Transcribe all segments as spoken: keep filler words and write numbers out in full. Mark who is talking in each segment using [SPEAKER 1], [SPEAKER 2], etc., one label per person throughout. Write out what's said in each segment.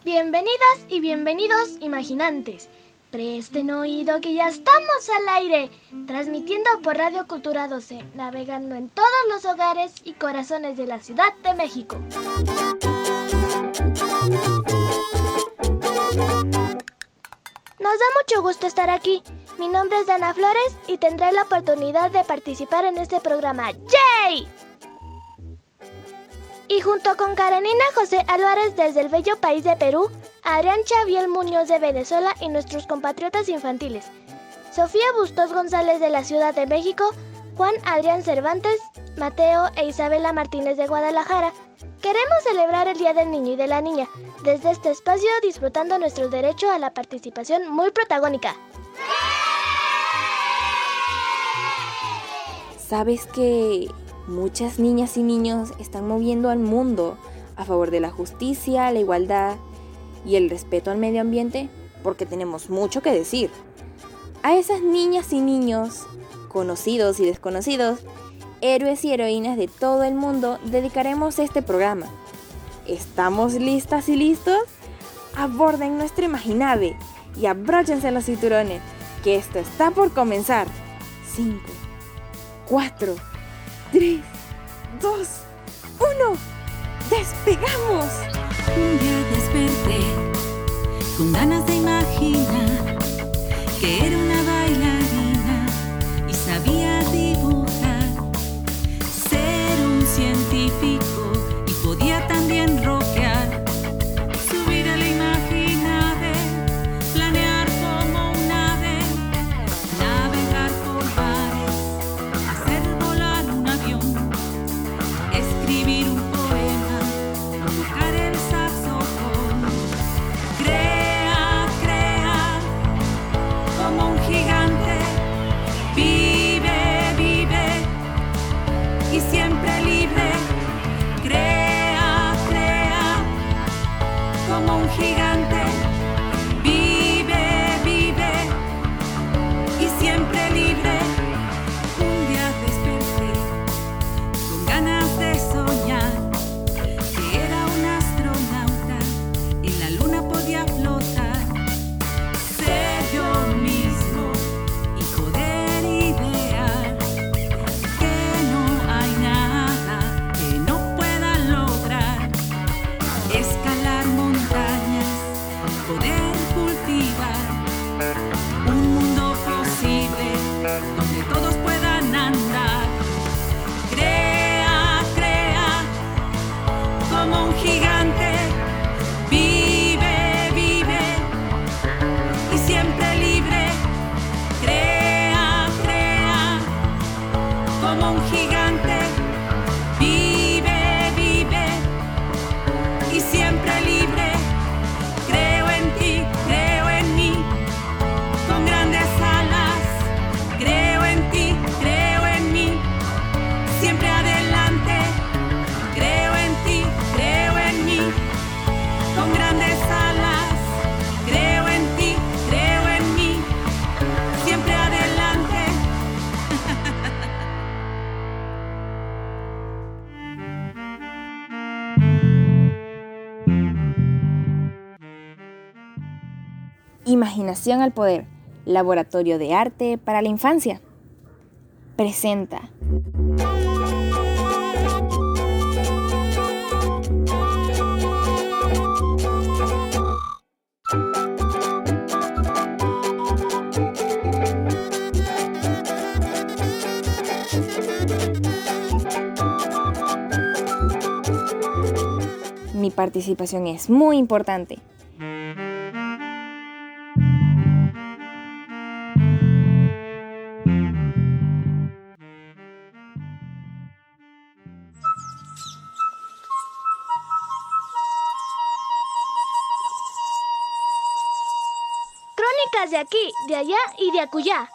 [SPEAKER 1] Bienvenidas y bienvenidos, imaginantes. Presten oído que ya estamos al aire, transmitiendo por Radio Cultura doce, navegando en todos los hogares y corazones de la Ciudad de México. Nos da mucho gusto estar aquí. Mi nombre es Dana Flores y tendré la oportunidad de participar en este programa. ¡Yay! Y junto con Karenina José Álvarez desde el bello país de Perú, Adrián Xavier Muñoz de Venezuela y nuestros compatriotas infantiles, Sofía Bustos González de la Ciudad de México, Juan Adrián Cervantes, Mateo e Isabela Martínez de Guadalajara, queremos celebrar el Día del Niño y de la Niña desde este espacio, disfrutando nuestro derecho a la participación muy protagónica.
[SPEAKER 2] ¿Sabes que muchas niñas y niños están moviendo al mundo a favor de la justicia, la igualdad y el respeto al medio ambiente? Porque tenemos mucho que decir. A esas niñas y niños, conocidos y desconocidos, héroes y heroínas de todo el mundo, dedicaremos este programa. ¿Estamos listas y listos? Aborden nuestra imaginave y abróchense los cinturones, que esto está por comenzar. cinco, cuatro, tres, dos, uno. ¡Despegamos!
[SPEAKER 3] Un día desperté con ganas de imaginar que era una bailarina y sabía dibujar, ser un científico y podía también rockear, subir a la imaginave, planear como un ave, navegar por mares, hacer volar un avión, escribir un poema, tocar el saxofón. Crea, crea, como un gigante, vive, vive, y siempre libre. Crea, crea, como un gigante, vive, vive, y siempre libre. Un día desperté con ganas de soñar que era un astronauta y la luna podía flotar, ser yo mismo y poder idear que no hay nada que no pueda lograr, escalar montañas, poder cultivar un mundo posible donde todos puedan andar. Crea, crea, como un gigante, vive, vive, y siempre libre. Crea, crea, como un gigante, vive, vive, y siempre libre. Creo en ti, creo en mí, con grandes alas. Creo en ti, creo en mí, siempre adelante. Creo en ti, creo en mí, con grandes alas. Creo en ti, creo en mí, siempre adelante.
[SPEAKER 2] Imaginación al Poder, Laboratorio de Arte para la Infancia. Presenta. Mi participación es muy importante.
[SPEAKER 1] Crónicas de aquí, de allá y de acullá.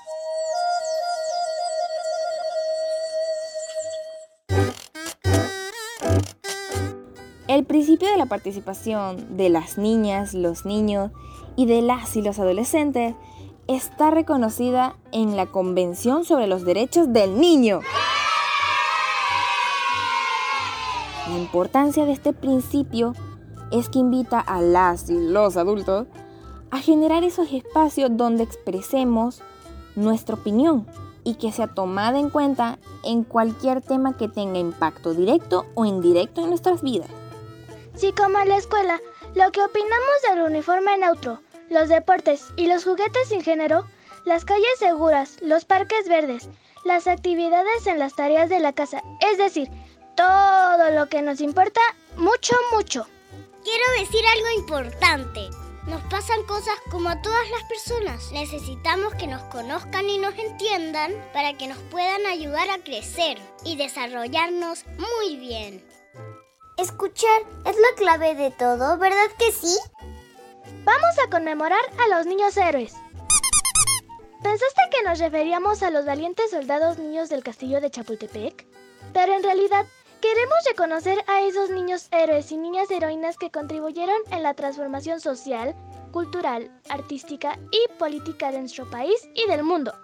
[SPEAKER 2] El principio de la participación de las niñas, los niños y de las y los adolescentes está reconocida en la Convención sobre los Derechos del Niño. La importancia de este principio es que invita a las y los adultos a generar esos espacios donde expresemos nuestra opinión y que sea tomada en cuenta en cualquier tema que tenga impacto directo o indirecto en nuestras vidas.
[SPEAKER 1] Sí, como en la escuela, lo que opinamos del uniforme neutro, los deportes y los juguetes sin género, las calles seguras, los parques verdes, las actividades en las tareas de la casa, es decir, todo lo que nos importa mucho, mucho.
[SPEAKER 4] Quiero decir algo importante. Nos pasan cosas como a todas las personas. Necesitamos que nos conozcan y nos entiendan para que nos puedan ayudar a crecer y desarrollarnos muy bien. Escuchar es la clave de todo, ¿verdad que sí?
[SPEAKER 1] Vamos a conmemorar a los niños héroes. ¿Pensaste que nos referíamos a los valientes soldados niños del castillo de Chapultepec? Pero en realidad, queremos reconocer a esos niños héroes y niñas heroínas que contribuyeron en la transformación social, cultural, artística y política de nuestro país y del mundo.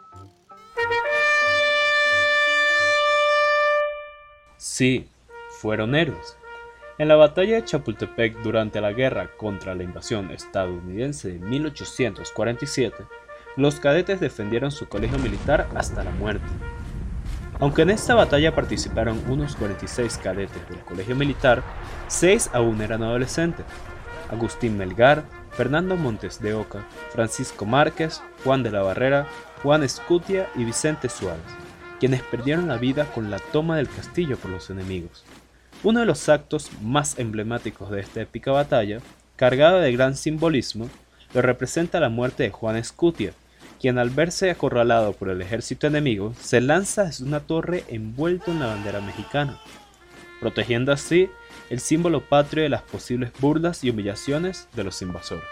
[SPEAKER 5] Sí, fueron héroes. En la batalla de Chapultepec durante la guerra contra la invasión estadounidense de mil ochocientos cuarenta y siete, los cadetes defendieron su colegio militar hasta la muerte. Aunque en esta batalla participaron unos cuarenta y seis cadetes del colegio militar, seis aún eran adolescentes: Agustín Melgar, Fernando Montes de Oca, Francisco Márquez, Juan de la Barrera, Juan Escutia y Vicente Suárez, quienes perdieron la vida con la toma del castillo por los enemigos. Uno de los actos más emblemáticos de esta épica batalla, cargado de gran simbolismo, lo representa la muerte de Juan Escutia, quien al verse acorralado por el ejército enemigo, se lanza desde una torre envuelto en la bandera mexicana, protegiendo así el símbolo patrio de las posibles burlas y humillaciones de los invasores.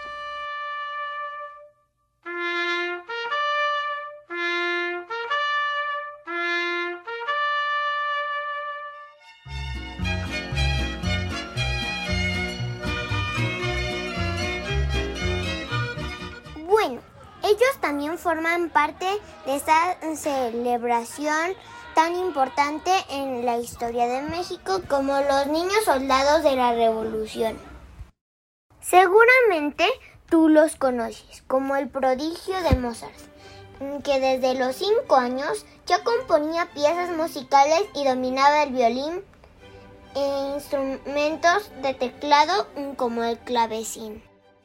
[SPEAKER 4] Bueno, ellos también forman parte de esta celebración tan importante en la historia de México como los niños soldados de la Revolución. Seguramente tú los conoces como el prodigio de Mozart, que desde los cinco años ya componía piezas musicales y dominaba el violín e instrumentos de teclado como el clavecín.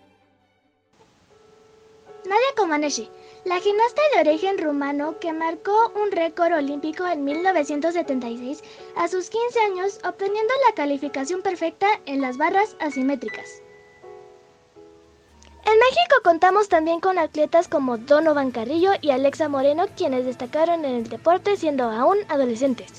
[SPEAKER 1] Nadia Comaneci, la gimnasta de origen rumano que marcó un récord olímpico en mil novecientos setenta y seis a sus quince años, obteniendo la calificación perfecta en las barras asimétricas. En México contamos también con atletas como Donovan Carrillo y Alexa Moreno, quienes destacaron en el deporte siendo aún adolescentes.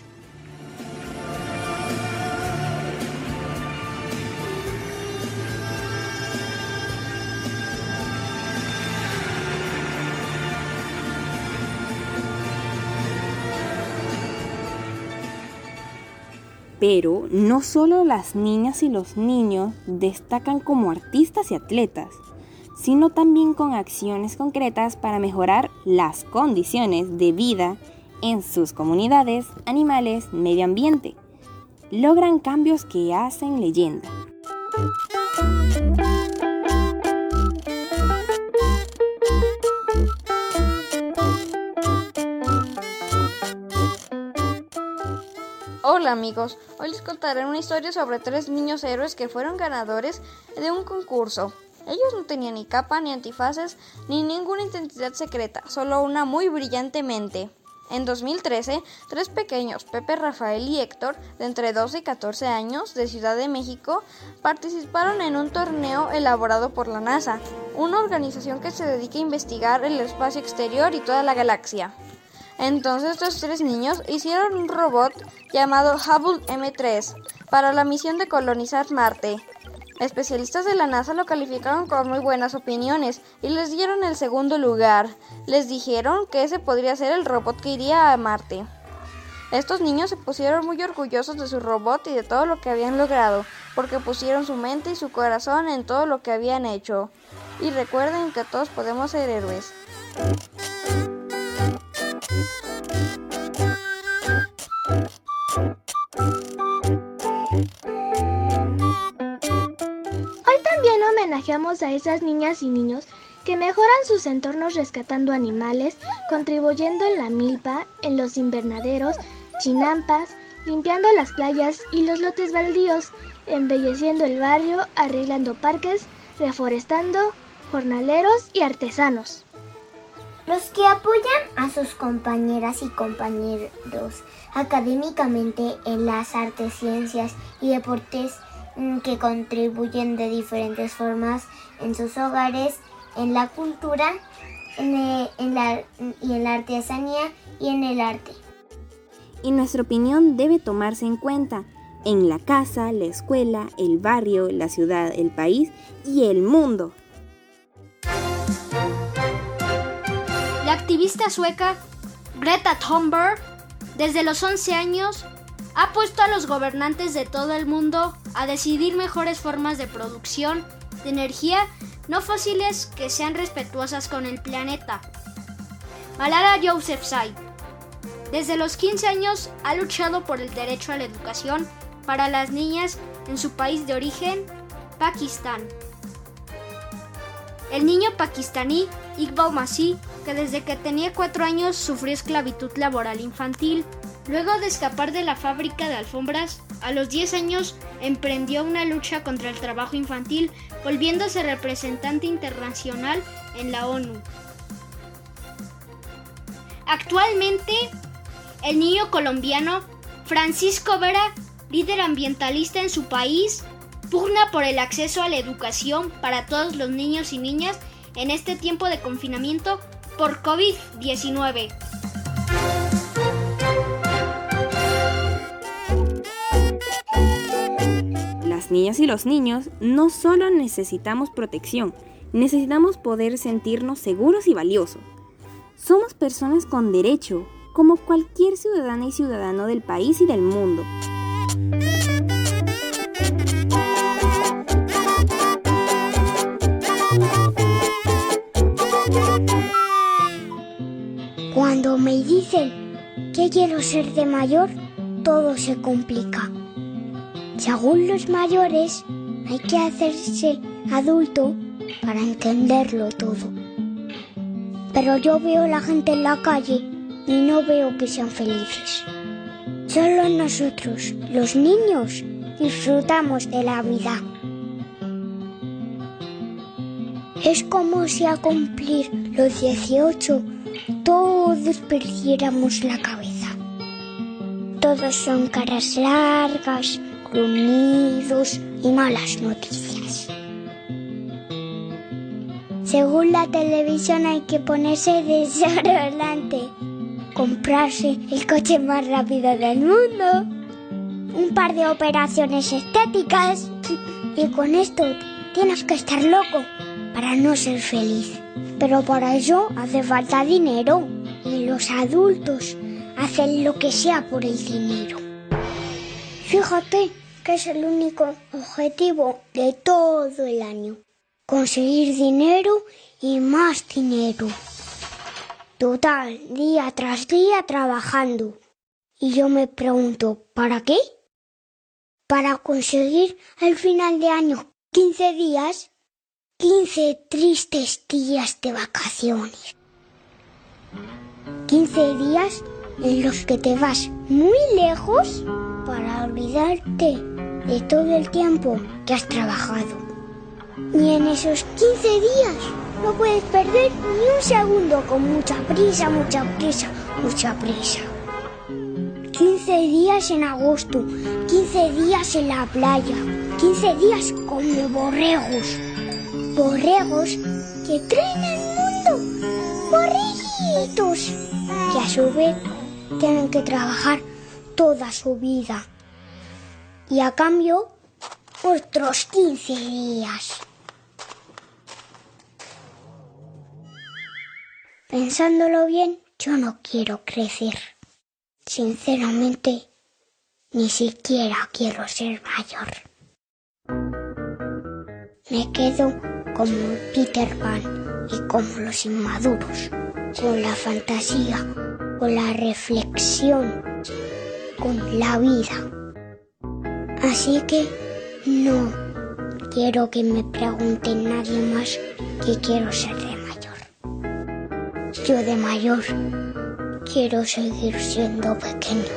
[SPEAKER 2] Pero no solo las niñas y los niños destacan como artistas y atletas, sino también con acciones concretas para mejorar las condiciones de vida en sus comunidades, animales, medio ambiente. Logran cambios que hacen leyenda.
[SPEAKER 6] Hola amigos, hoy les contaré una historia sobre tres niños héroes que fueron ganadores de un concurso. Ellos no tenían ni capa, ni antifaces, ni ninguna identidad secreta, solo una muy brillante mente. En dos mil trece, tres pequeños, Pepe, Rafael y Héctor, de entre doce y catorce años, de Ciudad de México, participaron en un torneo elaborado por la NASA, una organización que se dedica a investigar el espacio exterior y toda la galaxia. Entonces estos tres niños hicieron un robot llamado Hubble eme tres para la misión de colonizar Marte. Especialistas de la NASA lo calificaron con muy buenas opiniones y les dieron el segundo lugar. Les dijeron que ese podría ser el robot que iría a Marte. Estos niños se pusieron muy orgullosos de su robot y de todo lo que habían logrado, porque pusieron su mente y su corazón en todo lo que habían hecho. Y recuerden que todos podemos ser héroes.
[SPEAKER 1] homenajeamos a esas niñas y niños que mejoran sus entornos rescatando animales, contribuyendo en la milpa, en los invernaderos, chinampas, limpiando las playas y los lotes baldíos, embelleciendo el barrio, arreglando parques, reforestando, jornaleros y artesanos.
[SPEAKER 4] Los que apoyan a sus compañeras y compañeros académicamente en las artes, ciencias y deportes, que contribuyen de diferentes formas en sus hogares, en la cultura, en, el, en la, y en la artesanía y en el arte.
[SPEAKER 2] Y nuestra opinión debe tomarse en cuenta en la casa, la escuela, el barrio, la ciudad, el país y el mundo.
[SPEAKER 7] La activista sueca Greta Thunberg, desde los once años, ha puesto a los gobernantes de todo el mundo a decidir mejores formas de producción de energía no fósiles que sean respetuosas con el planeta. Malala Yousafzai, desde los quince años, ha luchado por el derecho a la educación para las niñas en su país de origen, Pakistán. El niño pakistaní Iqbal Masih, que desde que tenía cuatro años sufrió esclavitud laboral infantil. Luego de escapar de la fábrica de alfombras, a los diez años emprendió una lucha contra el trabajo infantil, volviéndose representante internacional en la ONU. Actualmente, el niño colombiano Francisco Vera, líder ambientalista en su país, pugna por el acceso a la educación para todos los niños y niñas en este tiempo de confinamiento por covid diecinueve.
[SPEAKER 2] Las niñas y los niños no solo necesitamos protección, necesitamos poder sentirnos seguros y valiosos. Somos personas con derecho, como cualquier ciudadana y ciudadano del país y del mundo.
[SPEAKER 4] Cuando me dicen que quiero ser de mayor, todo se complica. Según los mayores, hay que hacerse adulto para entenderlo todo. Pero yo veo a la gente en la calle y no veo que sean felices. Solo nosotros, los niños, disfrutamos de la vida. Es como si al cumplir los dieciocho todos perdiéramos la cabeza. Todos son caras largas, gruñidos y malas noticias. Según la televisión hay que ponerse desodorante, comprarse el coche más rápido del mundo, un par de operaciones estéticas y con esto tienes que estar loco para no ser feliz. Pero para eso hace falta dinero y los adultos hacen lo que sea por el dinero. Fíjate que es el único objetivo de todo el año. Conseguir dinero y más dinero. Total, día tras día trabajando. Y yo me pregunto, ¿para qué? Para conseguir al final de año quince días, quince tristes días de vacaciones. quince días en los que te vas muy lejos para olvidarte de todo el tiempo que has trabajado. Y en esos quince días no puedes perder ni un segundo con mucha prisa, mucha prisa, mucha prisa. quince días en agosto, quince días en la playa, quince días como borregos. Borregos que traen al mundo borreguitos que a su vez tienen que trabajar toda su vida. Y a cambio, otros quince días. Pensándolo bien, yo no quiero crecer. Sinceramente, ni siquiera quiero ser mayor. Me quedo como Peter Pan y como los inmaduros, con la fantasía, con la reflexión, con la vida. Así que no quiero que me pregunte nadie más qué quiero ser de mayor. Yo de mayor quiero seguir siendo pequeño.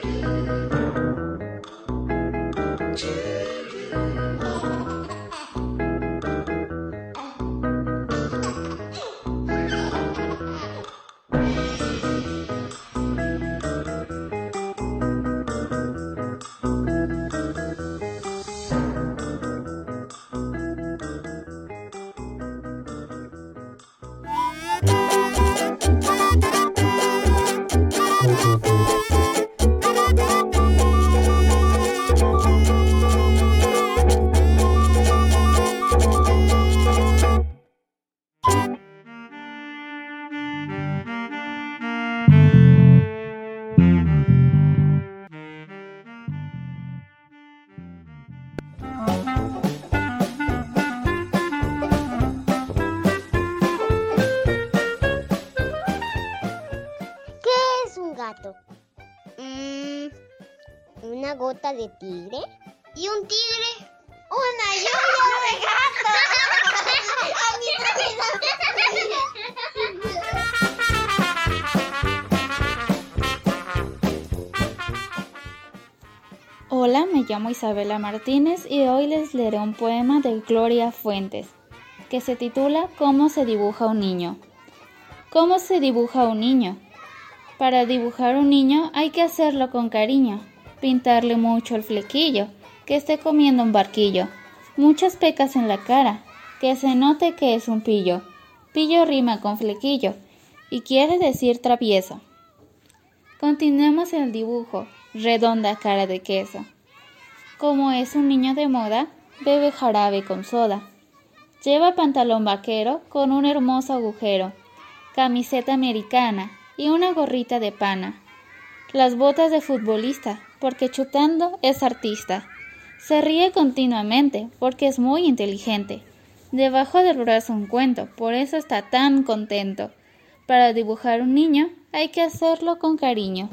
[SPEAKER 4] Mm, una gota de tigre y un tigre. Una lluvia de gato. A mí
[SPEAKER 8] Hola, me llamo Isabela Martínez y hoy les leeré un poema de Gloria Fuentes que se titula ¿Cómo se dibuja un niño? ¿Cómo se dibuja un niño? Para dibujar un niño hay que hacerlo con cariño, pintarle mucho el flequillo, que esté comiendo un barquillo, muchas pecas en la cara, que se note que es un pillo. Pillo rima con flequillo y quiere decir travieso. Continuemos el dibujo, redonda cara de queso. Como es un niño de moda, bebe jarabe con soda. Lleva pantalón vaquero con un hermoso agujero, camiseta americana y una gorrita de pana. Las botas de futbolista, porque chutando es artista. Se ríe continuamente, porque es muy inteligente. Debajo del brazo un cuento, por eso está tan contento. Para dibujar un niño hay que hacerlo con cariño.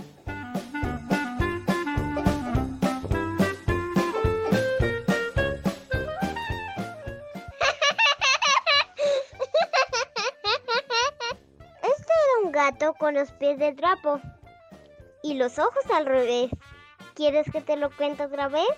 [SPEAKER 4] Gato con los pies de trapo y los ojos al revés. ¿Quieres que te lo cuente otra vez?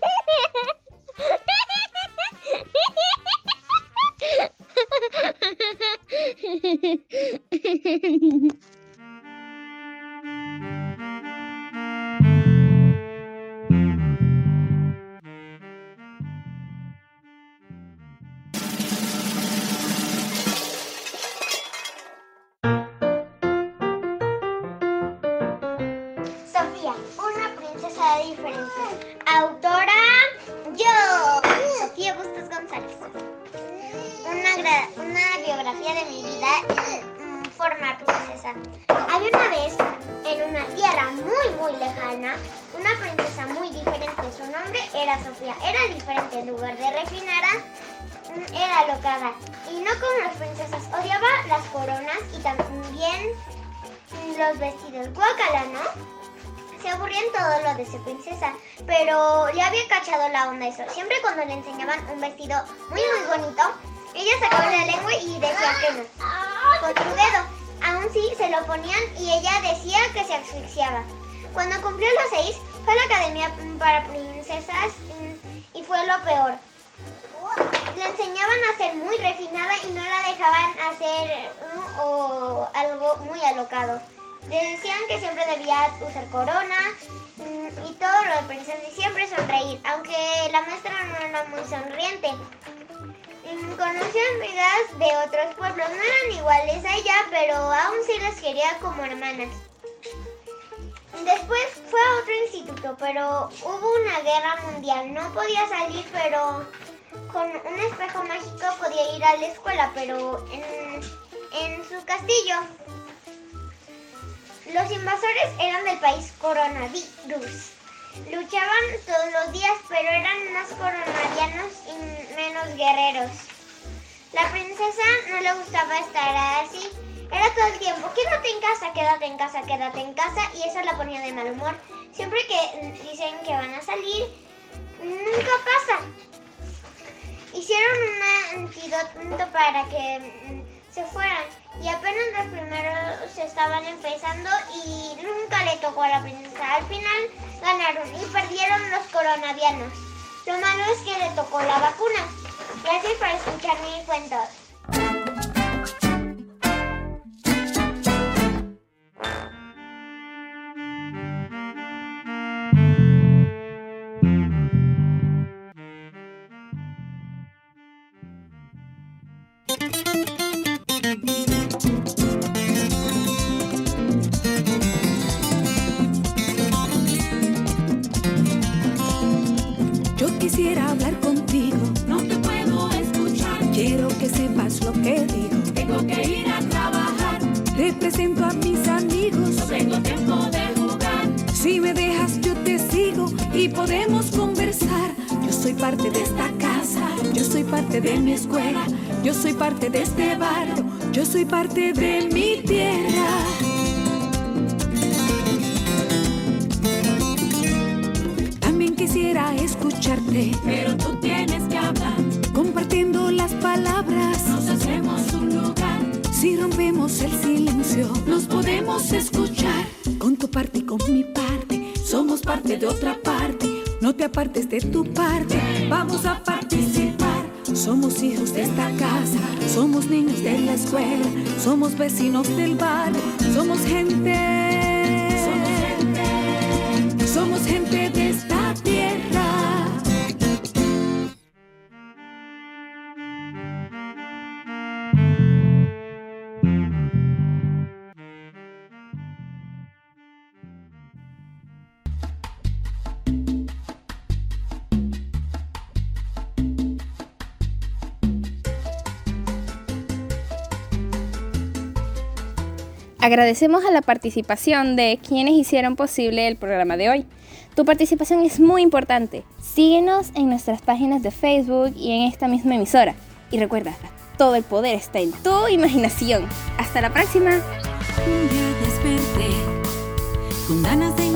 [SPEAKER 4] Sofía, una princesa de diferencia. Autora, yo, Sofía Bustos González. Una, gra- una biografía de mi vida en forma princesa. Había una vez, en una tierra muy, muy lejana, una princesa muy diferente. Su nombre era Sofía. Era diferente, en lugar de refinada, era alocada. Y no como las princesas, odiaba las coronas y también los vestidos. Guácala, ¿no? Se aburría en todo lo de ser princesa, pero le había cachado la onda eso. Siempre cuando le enseñaban un vestido muy muy bonito, ella sacaba la lengua y decía que no, con su dedo. Aún sí se lo ponían y ella decía que se asfixiaba. Cuando cumplió los seis, fue a la academia para princesas y fue lo peor. Le enseñaban a ser muy refinada y no la dejaban hacer uh, o algo muy alocado. Le decían que siempre debía usar corona mmm, y todo lo de princesa y siempre sonreír, aunque la maestra no era muy sonriente. Mmm, conoció amigas de otros pueblos, no eran iguales a ella, pero aún sí las quería como hermanas. Después fue a otro instituto, pero hubo una guerra mundial. No podía salir, pero con un espejo mágico podía ir a la escuela, pero en, en su castillo. Los invasores eran del país coronavirus. Luchaban todos los días, pero eran más coronarianos y menos guerreros. La princesa no le gustaba estar así. Era todo el tiempo, quédate en casa, quédate en casa, quédate en casa. Y eso la ponía de mal humor. Siempre que dicen que van a salir, nunca pasa. antídoto para que mm, se fueran. Y apenas los primeros se estaban empezando y nunca le tocó a la princesa. Al final ganaron y perdieron los coronavianos. Lo malo es que le tocó la vacuna. Gracias por escuchar mis cuentos.
[SPEAKER 3] Yo quisiera hablar contigo, no te puedo escuchar. Quiero que sepas lo que digo. Tengo que ir a trabajar. Represento a mis amigos, no tengo tiempo de jugar. Si me dejas yo te sigo y podemos conversar. Yo soy parte de esta casa, yo soy parte de mi escuela, yo soy parte de este barrio, yo soy parte de mi tierra. También quisiera escucharte, pero tú tienes que hablar. Compartiendo las palabras, nos hacemos un lugar. Si rompemos el silencio, nos podemos escuchar. Con tu parte y con mi parte, somos parte de otra parte. No te apartes de tu parte, vamos a participar. Somos hijos de esta casa, somos niños de la escuela, somos vecinos del barrio, somos gente, somos gente, somos gente de esta tierra.
[SPEAKER 2] Agradecemos a la participación de quienes hicieron posible el programa de hoy. Tu participación es muy importante. Síguenos en nuestras páginas de Facebook y en esta misma emisora. Y recuerda, todo el poder está en tu imaginación. ¡Hasta la próxima!
[SPEAKER 3] Un día desperté con ganas de